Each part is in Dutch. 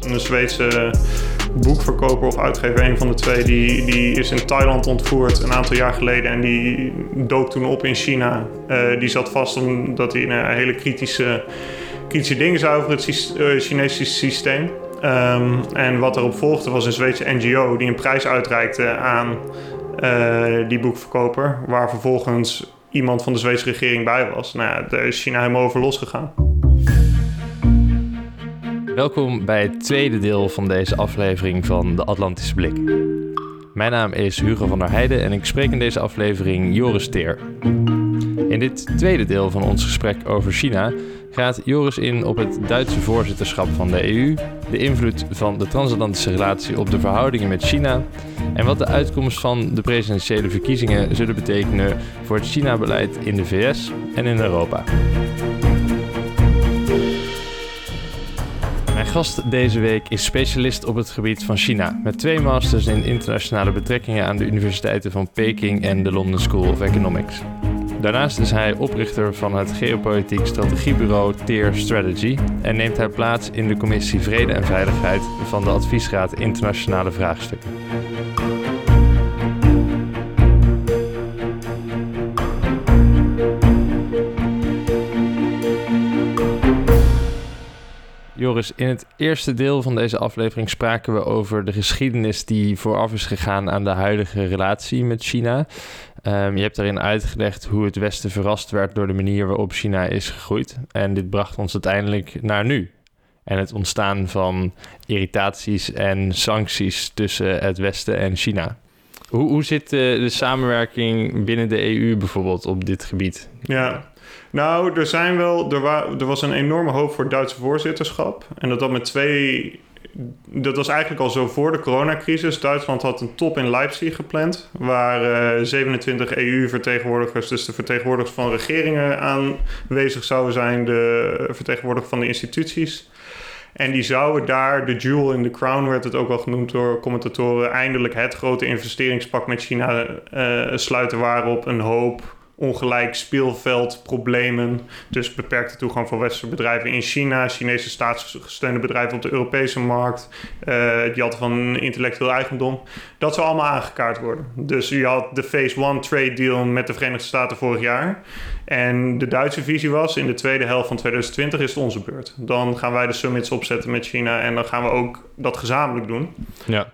Een Zweedse boekverkoper of uitgever, een van de twee, die is in Thailand ontvoerd een aantal jaar geleden en die dook toen op in China. Die zat vast omdat hij een hele kritische dingen zei over het Chinese systeem. En wat erop volgde was een Zweedse NGO die een prijs uitreikte aan die boekverkoper, waar vervolgens iemand van de Zweedse regering bij was. Nou ja, daar is China helemaal over losgegaan. Welkom bij het tweede deel van deze aflevering van De Atlantische Blik. Mijn naam is Hugo van der Heijden en ik spreek in deze aflevering Joris Teer. In dit tweede deel van ons gesprek over China gaat Joris in op het Duitse voorzitterschap van de EU, de invloed van de transatlantische relatie op de verhoudingen met China en wat de uitkomst van de presidentiële verkiezingen zullen betekenen voor het China-beleid in de VS en in Europa. Mijn gast deze week is specialist op het gebied van China, met 2 masters in internationale betrekkingen aan de universiteiten van Peking en de London School of Economics. Daarnaast is hij oprichter van het geopolitiek strategiebureau Teer Strategy en neemt hij plaats in de commissie Vrede en Veiligheid van de Adviesraad Internationale Vraagstukken. Joris, in het eerste deel van deze aflevering spraken we over de geschiedenis die vooraf is gegaan aan de huidige relatie met China. Je hebt daarin uitgelegd hoe het Westen verrast werd door de manier waarop China is gegroeid. En dit bracht ons uiteindelijk naar nu. En het ontstaan van irritaties en sancties tussen het Westen en China. Hoe zit de samenwerking binnen de EU bijvoorbeeld op dit gebied? Ja, nou, er was een enorme hoop voor het Duitse voorzitterschap. En dat was eigenlijk al zo voor de coronacrisis. Duitsland had een top in Leipzig gepland, waar 27 EU-vertegenwoordigers, dus de vertegenwoordigers van regeringen aanwezig zouden zijn, de vertegenwoordigers van de instituties. En die zouden daar, de jewel in the crown werd het ook wel genoemd door commentatoren, eindelijk het grote investeringspact met China sluiten, waarop een hoop ongelijk speelveldproblemen, dus beperkte toegang van westerse bedrijven in China, Chinese staatsgesteunde bedrijven op de Europese markt, die hadden van intellectueel eigendom. Dat zou allemaal aangekaart worden. Dus je had de Phase 1 trade deal met de Verenigde Staten vorig jaar. En de Duitse visie was, in de tweede helft van 2020 is het onze beurt. Dan gaan wij de summits opzetten met China en dan gaan we ook dat gezamenlijk doen. Ja.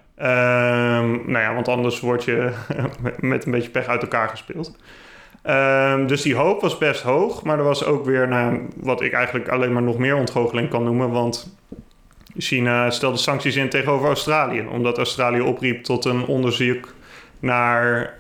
Want anders word je met een beetje pech uit elkaar gespeeld. Dus die hoop was best hoog, maar er was ook weer wat ik eigenlijk alleen maar nog meer ontgoocheling kan noemen, want China stelde sancties in tegenover Australië, omdat Australië opriep tot een onderzoek naar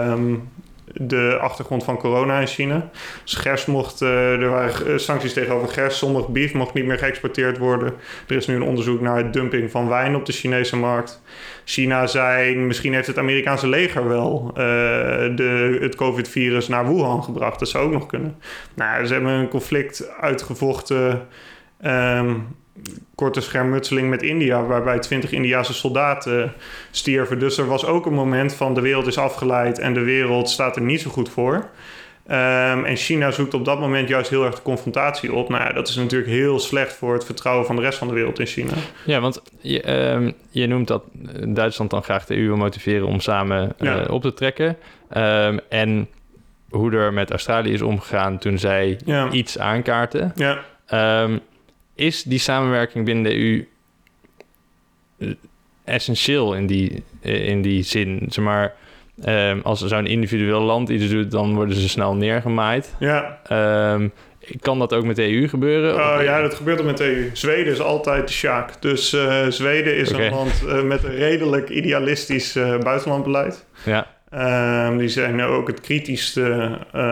de achtergrond van corona in China. Dus er waren sancties tegenover gerst, sommig beef mocht niet meer geëxporteerd worden. Er is nu een onderzoek naar het dumping van wijn op de Chinese markt. China zei, misschien heeft het Amerikaanse leger wel het COVID-virus naar Wuhan gebracht. Dat zou ook nog kunnen. Nou, ze hebben een conflict uitgevochten, korte schermutseling met India, waarbij 20 Indiase soldaten stierven. Dus er was ook een moment van de wereld is afgeleid en de wereld staat er niet zo goed voor. En China zoekt op dat moment juist heel erg de confrontatie op. Nou ja, dat is natuurlijk heel slecht voor het vertrouwen van de rest van de wereld in China. Ja, want je noemt dat Duitsland dan graag de EU wil motiveren om samen op te trekken. En hoe er met Australië is omgegaan toen zij iets aankaarten. Ja. Is die samenwerking binnen de EU essentieel in die zin? Zeg maar, als zo'n individueel land iets doet, dan worden ze snel neergemaaid. Ja. Kan dat ook met de EU gebeuren? Ja, dat gebeurt ook met de EU. Zweden is altijd de sjaak. Dus Zweden is een land met een redelijk idealistisch buitenlandbeleid. Ja. Die zijn ook het kritischste.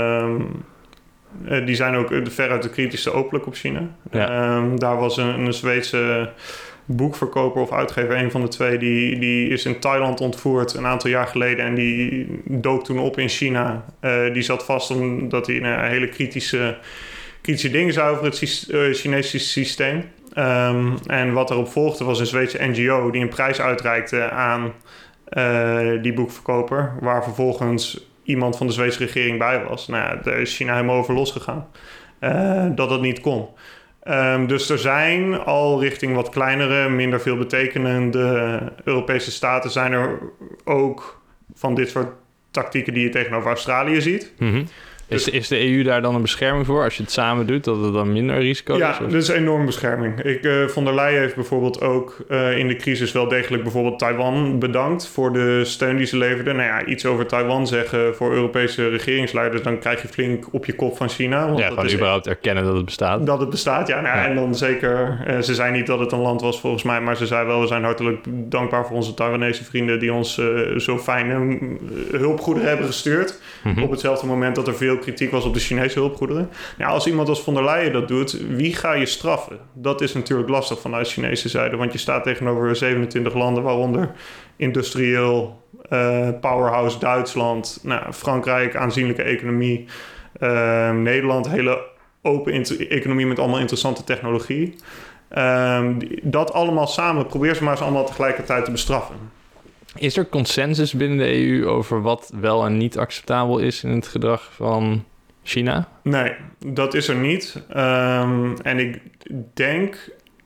Die zijn ook veruit de kritischste openlijk op China. Ja. Daar was een Zweedse boekverkoper of uitgever, een van de twee, die is in Thailand ontvoerd een aantal jaar geleden en die dook toen op in China. Die zat vast omdat hij een hele kritische dingen zei over het Chinese systeem. En wat erop volgde was een Zweedse NGO die een prijs uitreikte aan die boekverkoper, waar vervolgens iemand van de Zweedse regering bij was. Nou ja, daar is China helemaal over losgegaan. Dat niet kon. Dus er zijn al richting wat kleinere, minder veel betekenende Europese staten zijn er ook van dit soort tactieken die je tegenover Australië ziet. Mm-hmm. Is de EU daar dan een bescherming voor als je het samen doet, dat het dan minder risico is? Ja, dat is een enorme bescherming. Von der Leyen heeft bijvoorbeeld ook in de crisis wel degelijk bijvoorbeeld Taiwan bedankt voor de steun die ze leverde. Nou ja, iets over Taiwan zeggen voor Europese regeringsleiders, dan krijg je flink op je kop van China. Want ja, gewoon überhaupt erkennen dat het bestaat. Dat het bestaat, ja. Nou, ja. En dan zeker, ze zei niet dat het een land was volgens mij, maar ze zei wel, we zijn hartelijk dankbaar voor onze Taiwanese vrienden die ons zo fijne hulpgoederen hebben gestuurd. Mm-hmm. Op hetzelfde moment dat er veel kritiek was op de Chinese hulpgoederen. Nou, als iemand als Von der Leyen dat doet, wie ga je straffen? Dat is natuurlijk lastig vanuit Chinese zijde, want je staat tegenover 27 landen, waaronder industrieel powerhouse Duitsland, Frankrijk, aanzienlijke economie, Nederland, hele open economie met allemaal interessante technologie. Dat allemaal samen, probeer ze maar eens allemaal tegelijkertijd te bestraffen. Is er consensus binnen de EU over wat wel en niet acceptabel is in het gedrag van China? Nee, dat is er niet. En ik denk,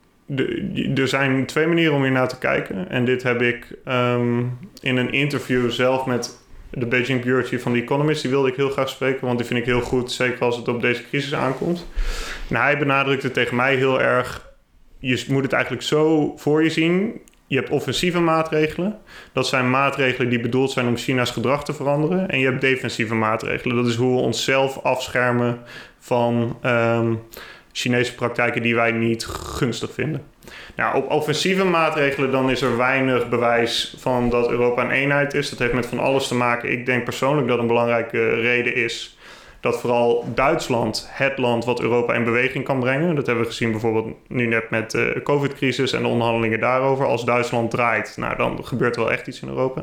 er zijn 2 manieren om hier naar te kijken. En dit heb ik in een interview zelf met de Beijing Bureau Chief van The Economist. Die wilde ik heel graag spreken, want die vind ik heel goed, zeker als het op deze crisis aankomt. En hij benadrukte tegen mij heel erg, je moet het eigenlijk zo voor je zien. Je hebt offensieve maatregelen. Dat zijn maatregelen die bedoeld zijn om China's gedrag te veranderen. En je hebt defensieve maatregelen. Dat is hoe we onszelf afschermen van Chinese praktijken die wij niet gunstig vinden. Nou, op offensieve maatregelen dan is er weinig bewijs van dat Europa een eenheid is. Dat heeft met van alles te maken. Ik denk persoonlijk dat een belangrijke reden is dat vooral Duitsland het land wat Europa in beweging kan brengen. Dat hebben we gezien bijvoorbeeld nu net met de COVID-crisis en de onderhandelingen daarover. Als Duitsland draait, nou dan gebeurt er wel echt iets in Europa.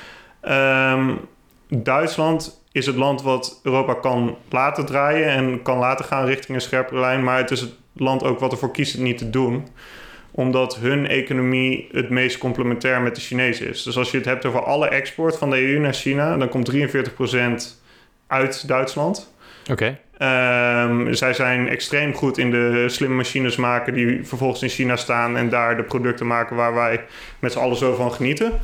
Duitsland is het land wat Europa kan laten draaien en kan laten gaan richting een scherpere lijn. Maar het is het land ook wat ervoor kiest het niet te doen, omdat hun economie het meest complementair met de Chinezen is. Dus als je het hebt over alle export van de EU naar China, dan komt 43% uit Duitsland. Oké. Zij zijn extreem goed in de slimme machines maken die vervolgens in China staan en daar de producten maken waar wij met z'n allen zo van genieten.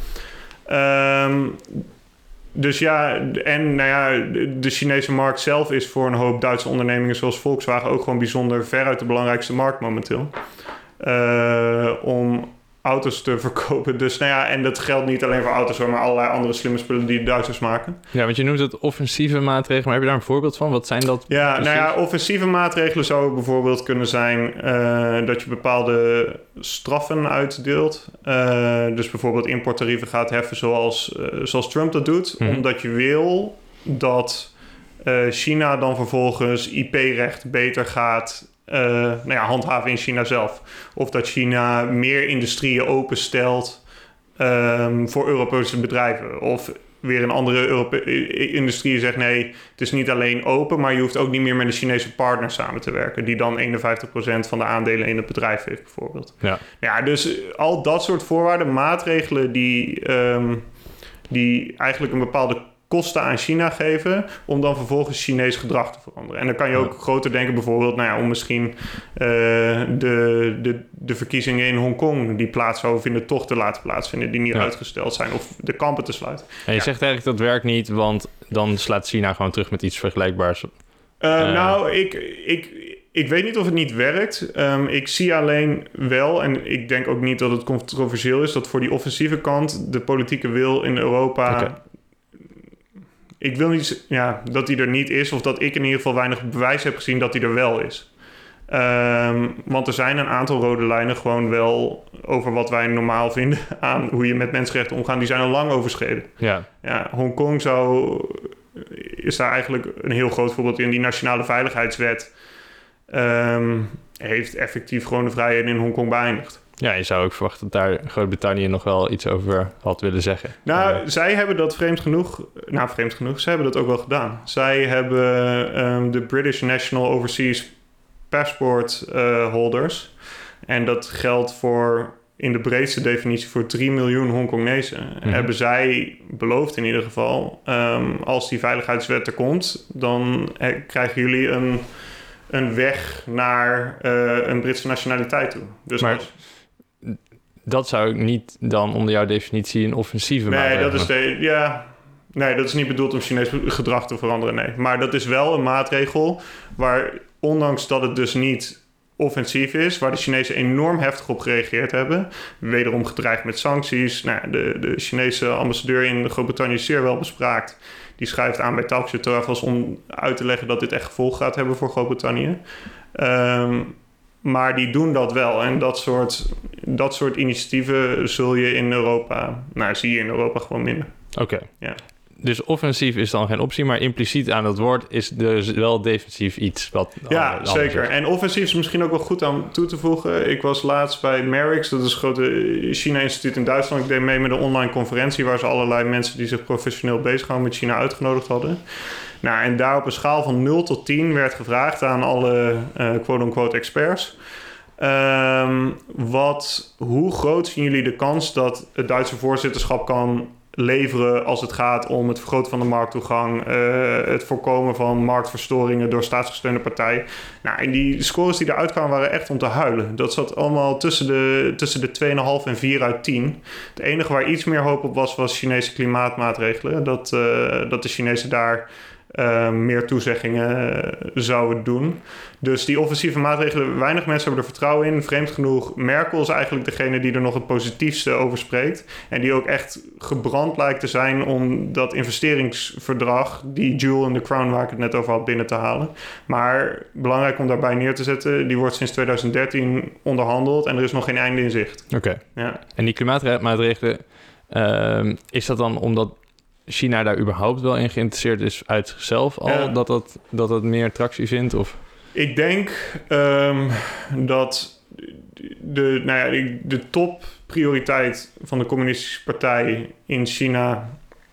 Dus ja, en nou ja, de Chinese markt zelf is voor een hoop Duitse ondernemingen zoals Volkswagen ook gewoon bijzonder veruit de belangrijkste markt momenteel. Om auto's te verkopen. Dus nou ja, en dat geldt niet alleen voor auto's, maar allerlei andere slimme spullen die de Duitsers maken. Ja, want je noemt het offensieve maatregelen, maar heb je daar een voorbeeld van? Wat zijn dat? Ja, precies? Nou ja, offensieve maatregelen zouden bijvoorbeeld kunnen zijn dat je bepaalde straffen uitdeelt. Dus bijvoorbeeld importtarieven gaat heffen zoals Trump dat doet. Omdat je wil dat China dan vervolgens IP-recht beter gaat handhaven in China zelf. Of dat China meer industrieën openstelt voor Europese bedrijven. Of weer een andere industrieën zegt nee, het is niet alleen open, maar je hoeft ook niet meer met een Chinese partner samen te werken, die dan 51% van de aandelen in het bedrijf heeft bijvoorbeeld. Ja, dus al dat soort voorwaarden, maatregelen die eigenlijk een bepaalde kosten aan China geven om dan vervolgens Chinees gedrag te veranderen. En dan kan je ook groter denken bijvoorbeeld om misschien de verkiezingen in Hongkong die plaats zouden vinden toch te laten plaatsvinden, die niet uitgesteld zijn, of de kampen te sluiten. En je zegt eigenlijk dat werkt niet, want dan slaat China gewoon terug met iets vergelijkbaars. Ik weet niet of het niet werkt. Ik zie alleen wel, en ik denk ook niet dat het controversieel is, dat voor die offensieve kant de politieke wil in Europa... Okay. Ik wil niet dat die er niet is, of dat ik in ieder geval weinig bewijs heb gezien dat die er wel is. Want er zijn een aantal rode lijnen gewoon wel over wat wij normaal vinden aan hoe je met mensenrechten omgaat. Die zijn al lang overschreden. Ja, Hongkong is daar eigenlijk een heel groot voorbeeld in. Die nationale veiligheidswet heeft effectief gewoon de vrijheden in Hongkong beëindigd. Ja, je zou ook verwachten dat daar Groot-Brittannië nog wel iets over had willen zeggen. Nou, zij hebben dat vreemd genoeg, zij hebben dat ook wel gedaan. Zij hebben de British National Overseas Passport holders. En dat geldt voor, in de breedste definitie, voor 3 miljoen Hongkonezen. Hebben zij beloofd in ieder geval, als die veiligheidswet er komt, dan krijgen jullie een weg naar een Britse nationaliteit toe. Dus maar dat zou ik niet dan onder jouw definitie een offensieve maatregel. Nee, dat is niet bedoeld om Chinees gedrag te veranderen, nee. Maar dat is wel een maatregel waar, ondanks dat het dus niet offensief is, waar de Chinezen enorm heftig op gereageerd hebben, wederom gedreigd met sancties. Nou, de Chinese ambassadeur in Groot-Brittannië is zeer wel bespraakt. Die schrijft aan bij Talkshow Travels om uit te leggen dat dit echt gevolg gaat hebben voor Groot-Brittannië. Maar die doen dat wel. En dat soort initiatieven zie je in Europa gewoon minder. Oké. Ja. Dus offensief is dan geen optie, maar impliciet aan dat woord is dus wel defensief iets. Ja, zeker. En offensief is misschien ook wel goed aan toe te voegen. Ik was laatst bij Merix, dat is het grote China-instituut in Duitsland. Ik deed mee met een online conferentie waar ze allerlei mensen die zich professioneel bezighouden met China uitgenodigd hadden. Nou, en daar op een schaal van 0 tot 10 werd gevraagd aan alle quote-unquote experts. Hoe groot zien jullie de kans dat het Duitse voorzitterschap kan leveren als het gaat om het vergroten van de markttoegang, het voorkomen van marktverstoringen door staatsgesteunde partijen. Nou, en die scores die eruit kwamen waren echt om te huilen. Dat zat allemaal tussen de 2,5 en 4 uit 10. Het enige waar iets meer hoop op was Chinese klimaatmaatregelen. Dat de Chinezen daar meer toezeggingen zouden doen. Dus die offensieve maatregelen, weinig mensen hebben er vertrouwen in. Vreemd genoeg, Merkel is eigenlijk degene die er nog het positiefste over spreekt. En die ook echt gebrand lijkt te zijn om dat investeringsverdrag, die Jewel in the Crown waar ik het net over had, binnen te halen. Maar belangrijk om daarbij neer te zetten, die wordt sinds 2013 onderhandeld en er is nog geen einde in zicht. Oké. Ja. En die klimaatmaatregelen, is dat dan omdat China daar überhaupt wel in geïnteresseerd is uit zichzelf al, dat het meer tractie vindt? Of? Ik denk dat de topprioriteit van de Communistische Partij in China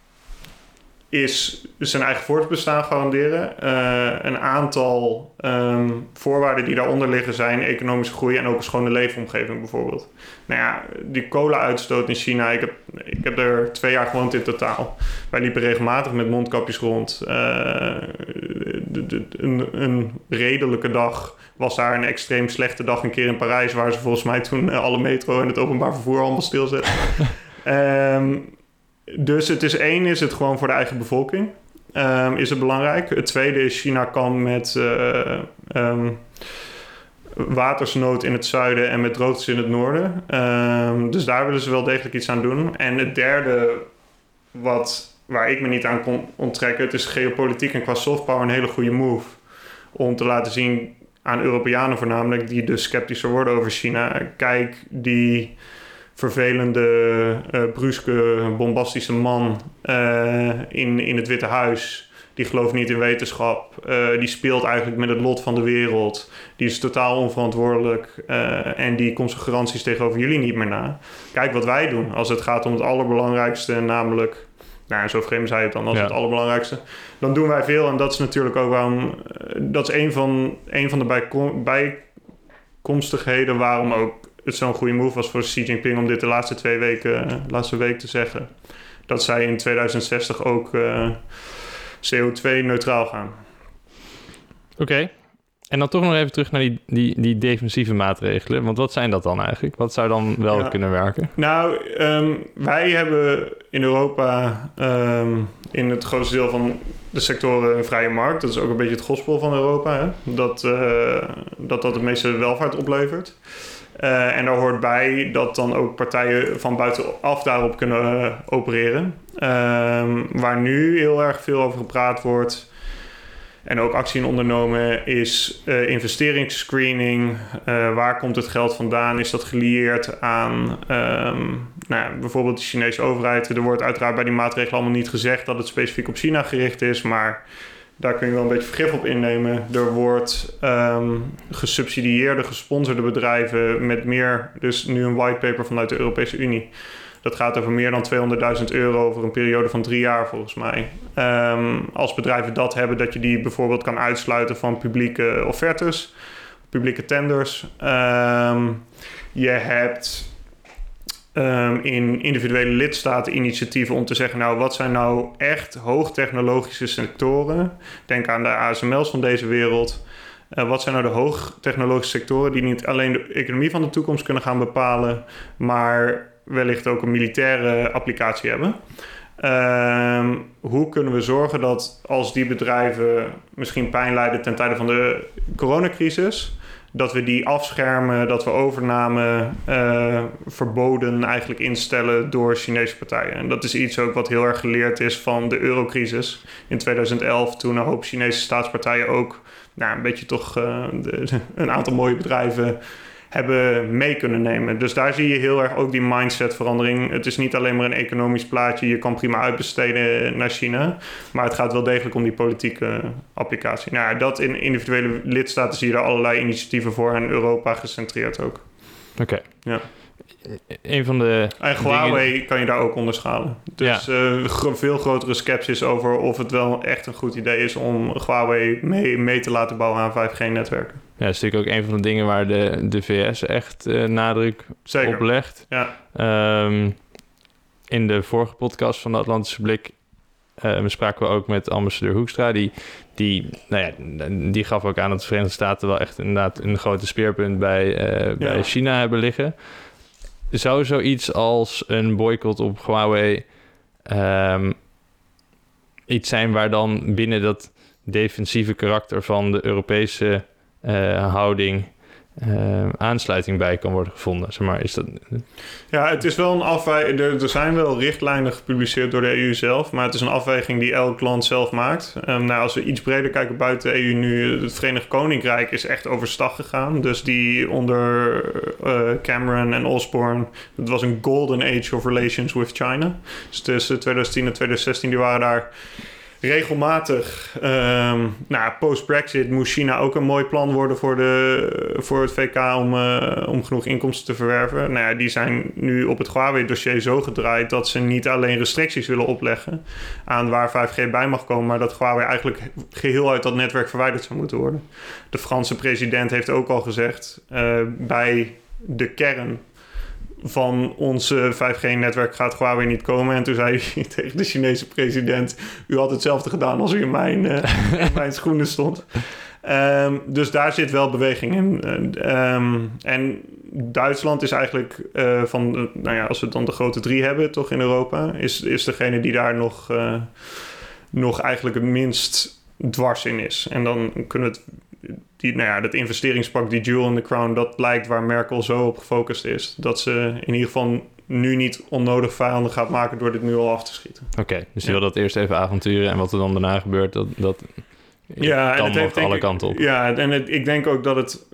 is zijn eigen voortbestaan garanderen. Een aantal voorwaarden die daaronder liggen zijn economische groei en ook een schone leefomgeving bijvoorbeeld. Nou ja, die kolenuitstoot in China, ik heb er 2 jaar gewoond in totaal. Wij liepen regelmatig met mondkapjes rond. Een redelijke dag was daar een extreem slechte dag een keer in Parijs, waar ze volgens mij toen alle metro en het openbaar vervoer allemaal stilzetten. Dus het is het gewoon voor de eigen bevolking. Is het belangrijk. Het tweede is China kan met watersnood in het zuiden en met droogtes in het noorden. Dus daar willen ze wel degelijk iets aan doen. En het derde, waar ik me niet aan kon onttrekken, het is geopolitiek en qua soft power een hele goede move. Om te laten zien aan Europeanen voornamelijk, die dus sceptischer worden over China. Kijk, die vervelende, bruske, bombastische man in het Witte Huis. Die gelooft niet in wetenschap. Die speelt eigenlijk met het lot van de wereld. Die is totaal onverantwoordelijk. En die komt zijn garanties tegenover jullie niet meer na. Kijk wat wij doen als het gaat om het allerbelangrijkste, namelijk, nou, zo vreemd zei het dan als het allerbelangrijkste. Dan doen wij veel en dat is natuurlijk ook waarom, dat is een van de bijkomstigheden waarom ook het zo'n goede move was voor Xi Jinping om dit de laatste week te zeggen. Dat zij in 2060 ook CO2-neutraal gaan. Oké. En dan toch nog even terug naar die defensieve maatregelen. Want wat zijn dat dan eigenlijk? Wat zou dan wel kunnen werken? Nou, wij hebben in Europa in het grootste deel van de sectoren een vrije markt. Dat is ook een beetje het gospel van Europa. Hè? Dat het meeste welvaart oplevert. En daar hoort bij dat dan ook partijen van buitenaf daarop kunnen opereren. Waar nu heel erg veel over gepraat wordt en ook actie in ondernomen is investeringsscreening. Waar komt het geld vandaan? Is dat gelieerd aan bijvoorbeeld de Chinese overheid? Er wordt uiteraard bij die maatregelen allemaal niet gezegd dat het specifiek op China gericht is, maar daar kun je wel een beetje vergif op innemen. Er wordt gesubsidieerde, gesponsorde bedrijven met meer, dus nu een whitepaper vanuit de Europese Unie. Dat gaat over meer dan €200.000 over een periode van 3 jaar volgens mij. Als bedrijven dat hebben, dat je die bijvoorbeeld kan uitsluiten van publieke offertes, publieke tenders. Je hebt in individuele lidstaten initiatieven om te zeggen, nou, wat zijn nou echt hoogtechnologische sectoren? Denk aan de ASML's van deze wereld. Wat zijn nou de hoogtechnologische sectoren die niet alleen de economie van de toekomst kunnen gaan bepalen, maar wellicht ook een militaire applicatie hebben? Hoe kunnen we zorgen dat als die bedrijven misschien pijn lijden ten tijde van de coronacrisis, dat we die afschermen, dat we overname verboden eigenlijk instellen door Chinese partijen. En dat is iets ook wat heel erg geleerd is van de eurocrisis in 2011, toen een hoop Chinese staatspartijen ook een beetje toch een aantal mooie bedrijven hebben mee kunnen nemen. Dus daar zie je heel erg ook die mindsetverandering. Het is niet alleen maar een economisch plaatje. Je kan prima uitbesteden naar China. Maar het gaat wel degelijk om die politieke applicatie. Nou ja, dat in individuele lidstaten zie je daar allerlei initiatieven voor. En Europa gecentreerd ook. Oké. Ja. Een van de en Huawei kan je daar ook onderschalen. Dus veel grotere sceptisch over of het wel echt een goed idee is om Huawei mee te laten bouwen aan 5G-netwerken. Ja, dat is natuurlijk ook een van de dingen waar de VS echt nadruk op legt. Ja. In de vorige podcast van de Atlantische Blik spraken we ook met ambassadeur Hoekstra. Die gaf ook aan dat de Verenigde Staten wel echt inderdaad een grote speerpunt bij China hebben liggen. Zou zoiets als een boycott op Huawei iets zijn waar dan binnen dat defensieve karakter van de Europese houding aansluiting bij kan worden gevonden? Zeg maar, is dat... Ja, het is wel een afweging. Er zijn wel richtlijnen gepubliceerd door de EU zelf, maar het is een afweging die elk land zelf maakt. Als we iets breder kijken buiten de EU nu, het Verenigd Koninkrijk is echt overstag gegaan. Dus die onder Cameron en Osborne, het was een golden age of relations with China. Dus tussen 2010 en 2016, die waren daar regelmatig. Post-Brexit moest China ook een mooi plan worden voor het VK om genoeg inkomsten te verwerven. Nou ja, die zijn nu op het Huawei-dossier zo gedraaid dat ze niet alleen restricties willen opleggen aan waar 5G bij mag komen, maar dat Huawei eigenlijk geheel uit dat netwerk verwijderd zou moeten worden. De Franse president heeft ook al gezegd bij de kern van ons 5G-netwerk gaat Huawei niet komen. En toen zei hij tegen de Chinese president, u had hetzelfde gedaan als u in mijn schoenen stond. Dus daar zit wel beweging in. En Duitsland is eigenlijk als we dan de grote drie hebben toch in Europa, is degene die daar nog eigenlijk het minst dwars in is. En dan kunnen we dat investeringspak, die Jewel in the Crown, dat lijkt waar Merkel zo op gefocust is. Dat ze in ieder geval nu niet onnodig vijanden gaat maken door dit nu al af te schieten. Oké, dus je wil dat eerst even avonturen en wat er dan daarna gebeurt, dat kan nog alle kanten op. Ja, en ik denk ook dat het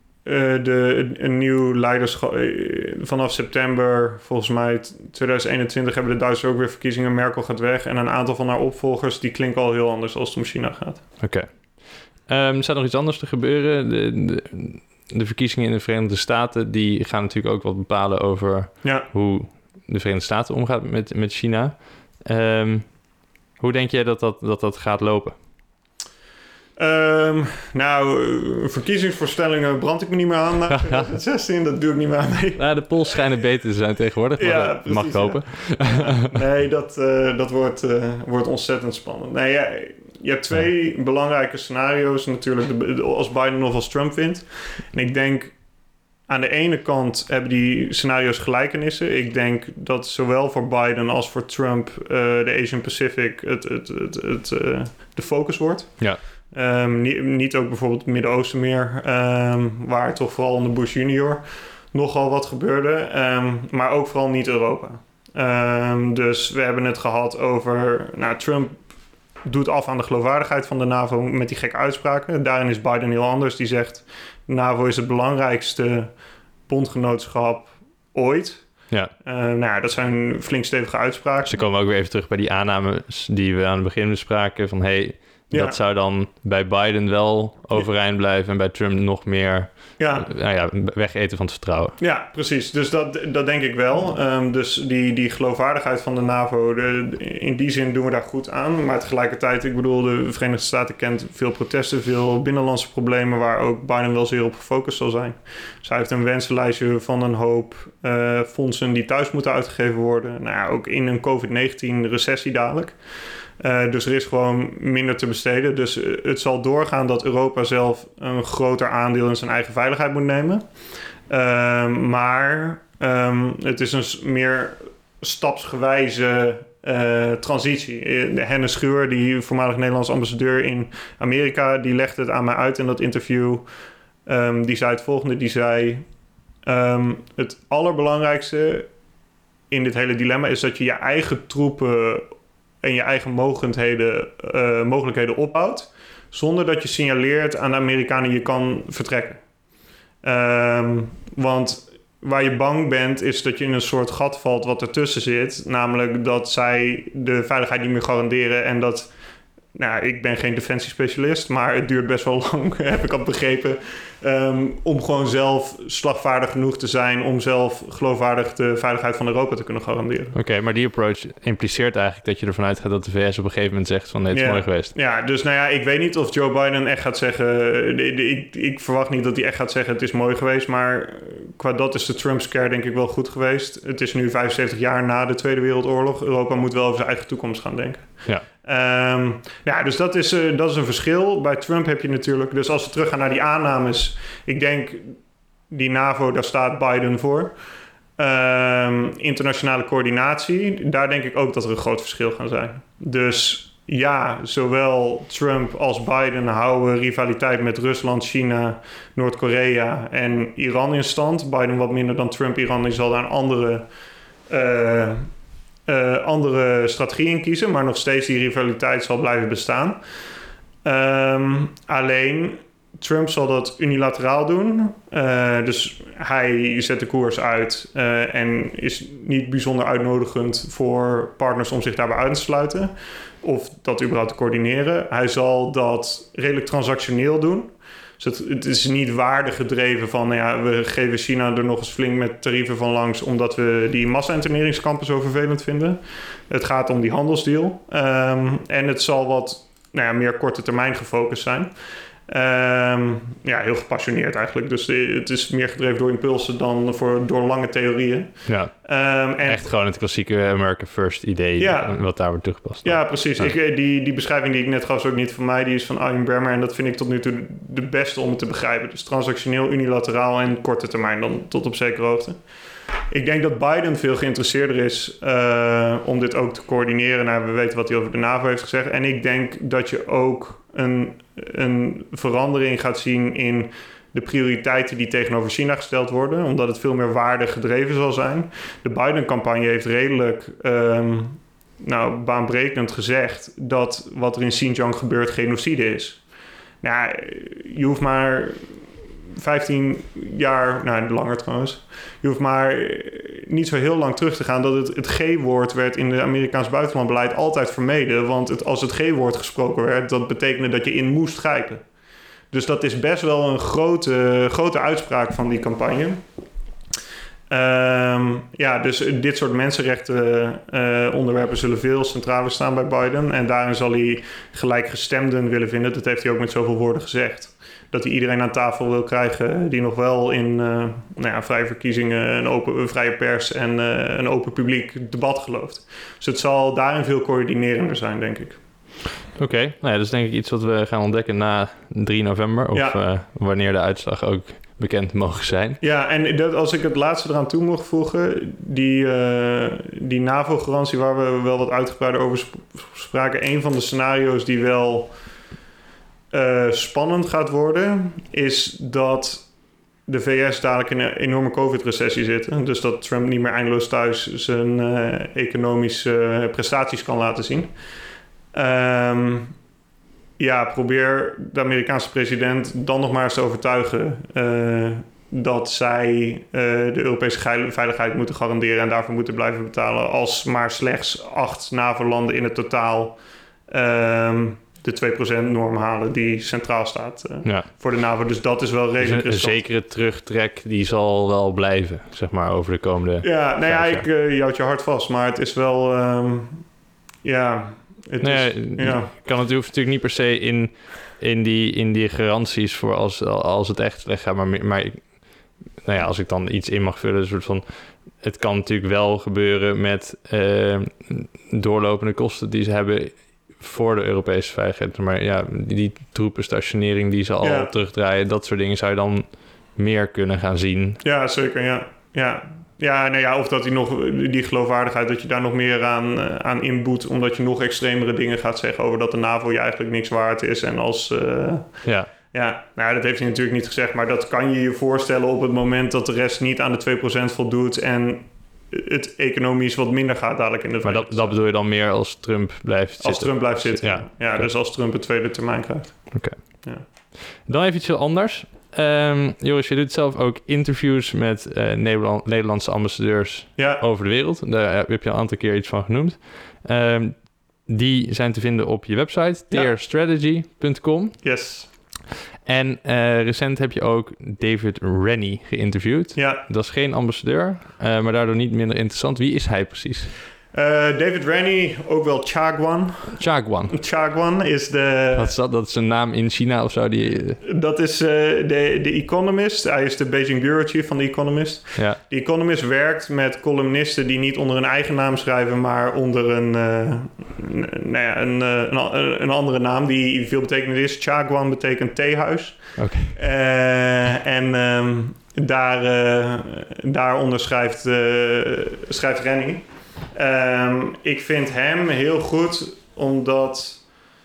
een nieuw leiderschap vanaf september, volgens mij 2021, hebben de Duitsers ook weer verkiezingen. Merkel gaat weg en een aantal van haar opvolgers die klinken al heel anders als het om China gaat. Oké. Er staat nog iets anders te gebeuren. De verkiezingen in de Verenigde Staten, die gaan natuurlijk ook wat bepalen over hoe de Verenigde Staten omgaat met China. Hoe denk jij dat gaat lopen? Verkiezingsvoorstellingen brand ik me niet meer aan na 2016. Dat doe ik niet meer aan mee. De polls schijnen beter te zijn tegenwoordig, maar dat mag ik hopen. Nee, dat wordt ontzettend spannend. Nee, je hebt twee belangrijke scenario's natuurlijk, als Biden of als Trump wint. En ik denk, aan de ene kant hebben die scenario's gelijkenissen. Ik denk dat zowel voor Biden als voor Trump de Asian Pacific de focus wordt. Ja. Niet ook bijvoorbeeld het Midden-Oosten meer, waar toch vooral onder Bush junior nogal wat gebeurde. Maar ook vooral niet Europa. Dus we hebben het gehad over Trump doet af aan de geloofwaardigheid van de NAVO met die gekke uitspraken. Daarin is Biden heel anders. Die zegt, de NAVO is het belangrijkste bondgenootschap ooit. Ja. Dat zijn flink stevige uitspraken. Ze komen ook weer even terug bij die aannames die we aan het begin bespraken. Van dat zou dan bij Biden wel overeind blijven en bij Trump nog meer wegeten van het vertrouwen. Ja, precies. Dus dat denk ik wel. Dus die geloofwaardigheid van de NAVO, in die zin doen we daar goed aan. Maar tegelijkertijd, ik bedoel, de Verenigde Staten kent veel protesten, veel binnenlandse problemen waar ook Biden wel zeer op gefocust zal zijn. Dus hij heeft een wensenlijstje van een hoop fondsen die thuis moeten uitgegeven worden. Ook in een COVID-19 recessie dadelijk. Dus er is gewoon minder te besteden. Dus het zal doorgaan dat Europa zelf een groter aandeel in zijn eigen veiligheid moet nemen. Maar het is een meer stapsgewijze transitie. Hennis Schuur, die voormalig Nederlands ambassadeur in Amerika, die legde het aan mij uit in dat interview. Die zei het volgende, die zei... het allerbelangrijkste in dit hele dilemma is dat je je eigen troepen en je eigen mogelijkheden opbouwt, zonder dat je signaleert aan de Amerikanen je kan vertrekken. Want waar je bang bent, is dat je in een soort gat valt wat ertussen zit. Namelijk dat zij de veiligheid niet meer garanderen en dat... Nou, ik ben geen defensiespecialist, maar het duurt best wel lang, heb ik al begrepen, om gewoon zelf slagvaardig genoeg te zijn om zelf geloofwaardig de veiligheid van Europa te kunnen garanderen. Oké, maar die approach impliceert eigenlijk dat je ervan uitgaat dat de VS op een gegeven moment zegt van nee, het is mooi geweest. Ja, dus ik weet niet of Joe Biden echt gaat zeggen, ik verwacht niet dat hij echt gaat zeggen het is mooi geweest, maar qua dat is de Trump-scare denk ik wel goed geweest. Het is nu 75 jaar na de Tweede Wereldoorlog. Europa moet wel over zijn eigen toekomst gaan denken. Ja. Dus dat is een verschil. Bij Trump heb je natuurlijk... Dus als we teruggaan naar die aannames... Ik denk, die NAVO, daar staat Biden voor. Internationale coördinatie. Daar denk ik ook dat er een groot verschil gaat zijn. Dus ja, zowel Trump als Biden houden rivaliteit met Rusland, China, Noord-Korea en Iran in stand. Biden wat minder dan Trump. Iran die zal daar een andere strategie in kiezen, maar nog steeds die rivaliteit zal blijven bestaan. Alleen Trump zal dat unilateraal doen. Dus hij zet de koers uit en is niet bijzonder uitnodigend voor partners om zich daarbij uit te sluiten of dat überhaupt te coördineren. Hij zal dat redelijk transactioneel doen. Dus het is niet waardegedreven van... we geven China er nog eens flink met tarieven van langs... omdat we die massa-interneringskampen zo vervelend vinden. Het gaat om die handelsdeal. En het zal wat meer korte termijn gefocust zijn. Heel gepassioneerd eigenlijk. Dus het is meer gedreven door impulsen dan door lange theorieën. Ja, echt gewoon het klassieke America First idee... wat daar wordt toegepast. Ja, precies. Ja. Die beschrijving die ik net gaf is ook niet van mij. Die is van Arjen Bermer. En dat vind ik tot nu toe de beste om het te begrijpen. Dus transactioneel, unilateraal en korte termijn dan tot op zekere hoogte. Ik denk dat Biden veel geïnteresseerder is om dit ook te coördineren. We weten wat hij over de NAVO heeft gezegd. En ik denk dat je ook een verandering gaat zien in de prioriteiten die tegenover China gesteld worden, omdat het veel meer waarde gedreven zal zijn. De Biden-campagne heeft redelijk baanbrekend gezegd dat wat er in Xinjiang gebeurt genocide is. Je hoeft maar 15 jaar, langer trouwens. Je hoeft maar niet zo heel lang terug te gaan dat het G-woord werd in het Amerikaans buitenlandbeleid altijd vermeden. Want als het G-woord gesproken werd, dat betekende dat je in moest grijpen. Dus dat is best wel een grote uitspraak van die campagne. Dus dit soort mensenrechten onderwerpen zullen veel centraler staan bij Biden. En daarin zal hij gelijkgestemden willen vinden. Dat heeft hij ook met zoveel woorden gezegd. Dat hij iedereen aan tafel wil krijgen die nog wel in vrije verkiezingen, een vrije pers en een open publiek debat gelooft. Dus het zal daarin veel coördinerender zijn, denk ik. Oké, dat is denk ik iets wat we gaan ontdekken na 3 november. Of wanneer de uitslag ook bekend mogen zijn. Ja, en als ik het laatste eraan toe mag voegen, die NAVO-garantie waar we wel wat uitgebreider over spraken, een van de scenario's die wel spannend gaat worden, is dat de VS dadelijk in een enorme COVID-recessie zitten. Dus dat Trump niet meer eindeloos thuis zijn economische prestaties kan laten zien. Probeer de Amerikaanse president dan nog maar eens te overtuigen dat zij de Europese veiligheid moeten garanderen en daarvoor moeten blijven betalen als maar slechts 8 NAVO-landen in het totaal de 2%-norm halen die centraal staat voor de NAVO. Dus dat is wel redelijk dus een zekere terugtrek die zal wel blijven, zeg maar, over de komende... ik houd je hard vast, maar het is wel... kan het hoeft natuurlijk niet per se in die garanties voor als het echt slecht gaat, maar als ik dan iets in mag vullen, een soort van, het kan natuurlijk wel gebeuren met doorlopende kosten die ze hebben voor de Europese veiligheid. Maar ja, die troepenstationering die ze al terugdraaien, dat soort dingen zou je dan meer kunnen gaan zien. Ja, zeker, ja. Of dat hij nog die geloofwaardigheid, dat je daar nog meer aan inboet, omdat je nog extremere dingen gaat zeggen over dat de NAVO je eigenlijk niks waard is. En als... dat heeft hij natuurlijk niet gezegd, maar dat kan je je voorstellen op het moment dat de rest niet aan de 2% voldoet en het economisch wat minder gaat dadelijk in de Maar dat bedoel je dan meer als Trump blijft zitten? Als Trump blijft zitten, ja. Okay. Dus als Trump een tweede termijn krijgt. Oké. Ja. Dan even iets heel anders. Joris, je doet zelf ook interviews met Nederlandse ambassadeurs over de wereld. Daar heb je al een aantal keer iets van genoemd. Die zijn te vinden op je website, tearstrategy.com. Yes. En recent heb je ook David Rennie geïnterviewd. Ja. Dat is geen ambassadeur, maar daardoor niet minder interessant. Wie is hij precies? David Rennie, ook wel Chagwan. Chagwan is de... Wat is dat? Dat is een naam in China of zo? Dat is de Economist. Hij is de Beijing Bureau Chief van The Economist. Ja. The Economist werkt met columnisten die niet onder hun eigen naam schrijven, maar onder een andere naam die veel betekend is. Chagwan betekent theehuis. Okay. Daaronder schrijft Rennie. Ik vind hem heel goed omdat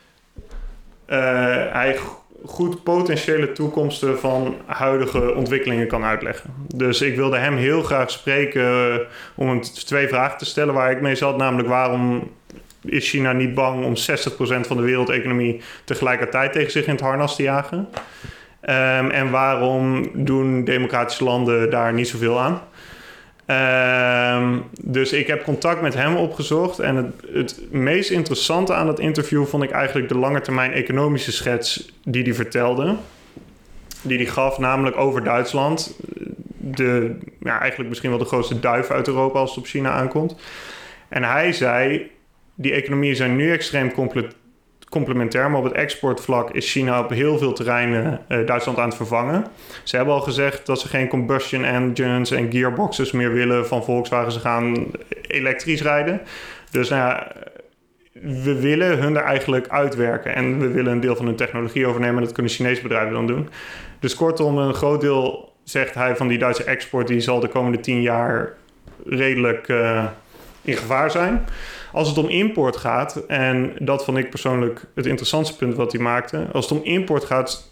hij goed potentiële toekomsten van huidige ontwikkelingen kan uitleggen. Dus ik wilde hem heel graag spreken om hem 2 vragen te stellen waar ik mee zat. Namelijk, waarom is China niet bang om 60% van de wereldeconomie tegelijkertijd tegen zich in het harnas te jagen? En waarom doen democratische landen daar niet zoveel aan? Dus ik heb contact met hem opgezocht. En het meest interessante aan dat interview vond ik eigenlijk de langetermijn economische schets die hij vertelde. Die hij gaf, namelijk over Duitsland. Eigenlijk misschien wel de grootste duif uit Europa als het op China aankomt. En hij zei, die economieën zijn nu extreem complementair, maar op het exportvlak is China op heel veel terreinen Duitsland aan het vervangen. Ze hebben al gezegd dat ze geen combustion engines en gearboxes meer willen van Volkswagen. Ze gaan elektrisch rijden. Dus we willen hun er eigenlijk uitwerken en we willen een deel van hun technologie overnemen en dat kunnen Chinese bedrijven dan doen. Dus kortom, een groot deel, zegt hij, van die Duitse export, die zal de komende 10 jaar redelijk in gevaar zijn. Als het om import gaat, en dat vond ik persoonlijk het interessantste punt wat hij maakte. Als het om import gaat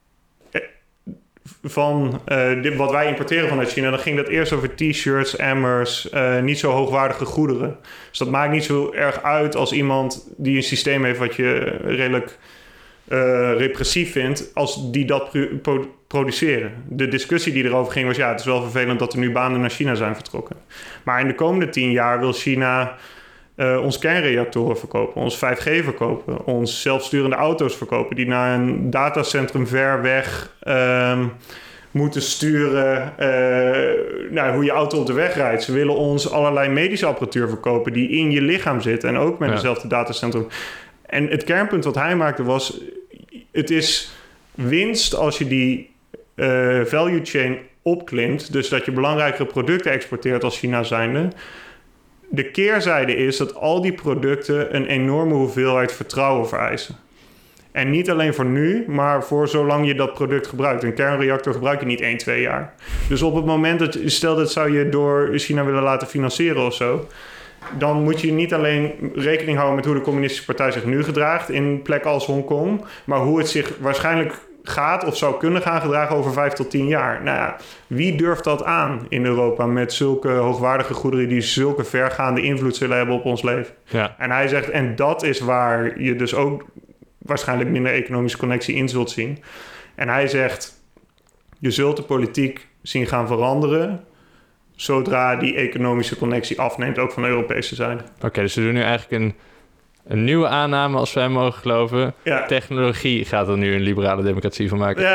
van wat wij importeren vanuit China, dan ging dat eerst over t-shirts, emmers, niet zo hoogwaardige goederen. Dus dat maakt niet zo erg uit als iemand die een systeem heeft wat je redelijk repressief vindt, als die dat produceren. De discussie die erover ging was, het is wel vervelend dat er nu banen naar China zijn vertrokken. Maar in de komende 10 jaar wil China ons kernreactoren verkopen, ons 5G verkopen, ons zelfsturende auto's verkopen die naar een datacentrum ver weg moeten sturen hoe je auto op de weg rijdt. Ze willen ons allerlei medische apparatuur verkopen die in je lichaam zit en ook met hetzelfde datacentrum. En het kernpunt wat hij maakte was, het is winst als je die value chain opklimt, dus dat je belangrijkere producten exporteert als China zijnde. De keerzijde is dat al die producten een enorme hoeveelheid vertrouwen vereisen. En niet alleen voor nu, maar voor zolang je dat product gebruikt. Een kernreactor gebruik je niet 1, 2 jaar. Dus op het moment dat, stel dat zou je door China willen laten financieren of zo, dan moet je niet alleen rekening houden met hoe de communistische partij zich nu gedraagt in plekken als Hongkong, maar hoe het zich waarschijnlijk gaat of zou kunnen gaan gedragen over 5 tot 10 jaar. Wie durft dat aan in Europa met zulke hoogwaardige goederen die zulke vergaande invloed zullen hebben op ons leven? Ja. En hij zegt, en dat is waar je dus ook waarschijnlijk minder economische connectie in zult zien. En hij zegt, je zult de politiek zien gaan veranderen zodra die economische connectie afneemt, ook van de Europese zijde. Oké, dus we doen nu eigenlijk een nieuwe aanname, als wij mogen geloven. Ja. Technologie gaat er nu een liberale democratie van maken.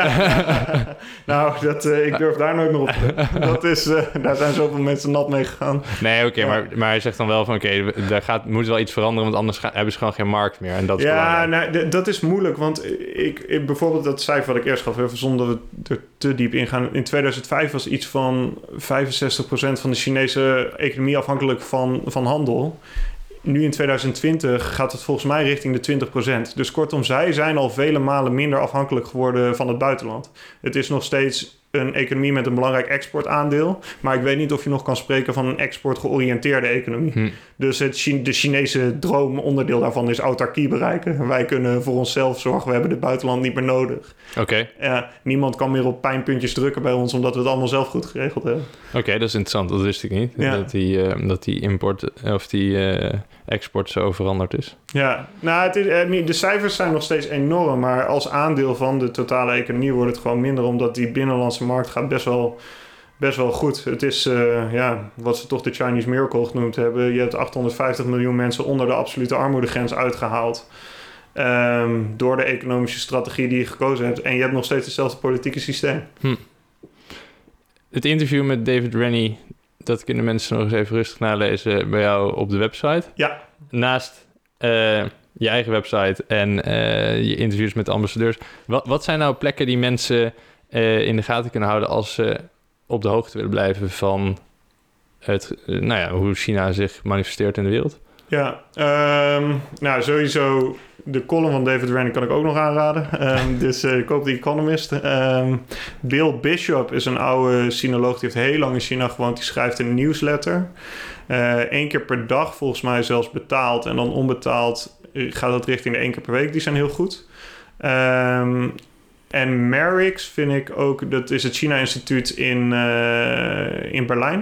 Ja. Ik durf daar nooit meer op te. Daar zijn zoveel mensen nat mee gegaan. Nee, oké, maar hij zegt dan wel van daar moet wel iets veranderen, want anders hebben ze gewoon geen markt meer. En dat is belangrijk. Dat is moeilijk, want ik bijvoorbeeld dat cijfer wat ik eerst gaf, even zonder dat we er te diep in gaan. In 2005 was iets van 65% van de Chinese economie afhankelijk van handel. nu in 2020 gaat het volgens mij richting de 20%. Dus kortom, zij zijn al vele malen minder afhankelijk geworden van het buitenland. Het is nog steeds een economie met een belangrijk exportaandeel. Maar ik weet niet of je nog kan spreken van een exportgeoriënteerde economie. Dus de Chinese droom, onderdeel daarvan, is autarkie bereiken. Wij kunnen voor onszelf zorgen. We hebben het buitenland niet meer nodig. Oké. Niemand kan meer op pijnpuntjes drukken bij ons, omdat we het allemaal zelf goed geregeld hebben. Oké, dat is interessant. Dat wist ik niet. Ja. Dat die import of die export zo veranderd is. Ja, nou, de cijfers zijn nog steeds enorm. Maar als aandeel van de totale economie wordt het gewoon minder, omdat die binnenlandse markt gaat best wel goed. Het is wat ze toch de Chinese Miracle genoemd hebben. Je hebt 850 miljoen mensen onder de absolute armoedegrens uitgehaald. Door de economische strategie die je gekozen hebt. En je hebt nog steeds hetzelfde politieke systeem. Het interview met David Rennie, dat kunnen mensen nog eens even rustig nalezen bij jou op de website. Ja. Naast je eigen website en je interviews met ambassadeurs. Wat zijn nou plekken die mensen in de gaten kunnen houden als ze op de hoogte willen blijven van hoe China zich manifesteert in de wereld? Ja, sowieso de column van David Rennie kan ik ook nog aanraden. Dus ik koop The Economist. Bill Bishop is een oude sinoloog, die heeft heel lang in China gewoond. Die schrijft een newsletter. 1 keer per dag, volgens mij zelfs betaald. En dan onbetaald gaat dat richting de 1 keer per week. Die zijn heel goed. En Merix vind ik ook, dat is het China-instituut in Berlijn.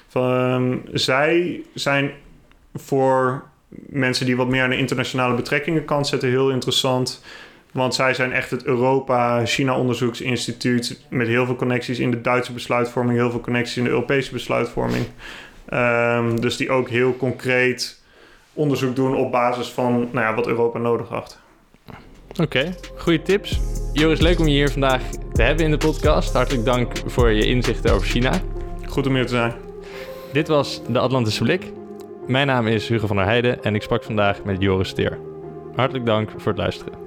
Zij zijn voor mensen die wat meer aan de internationale betrekkingen kant zetten heel interessant. Want zij zijn echt het Europa-China-onderzoeksinstituut met heel veel connecties in de Duitse besluitvorming, heel veel connecties in de Europese besluitvorming. Dus die ook heel concreet onderzoek doen op basis van wat Europa nodig acht. Oké, goede tips. Joris, leuk om je hier vandaag te hebben in de podcast. Hartelijk dank voor je inzichten over China. Goed om hier te zijn. Dit was De Atlantische Blik. Mijn naam is Hugo van der Heijden en ik sprak vandaag met Joris Teer. Hartelijk dank voor het luisteren.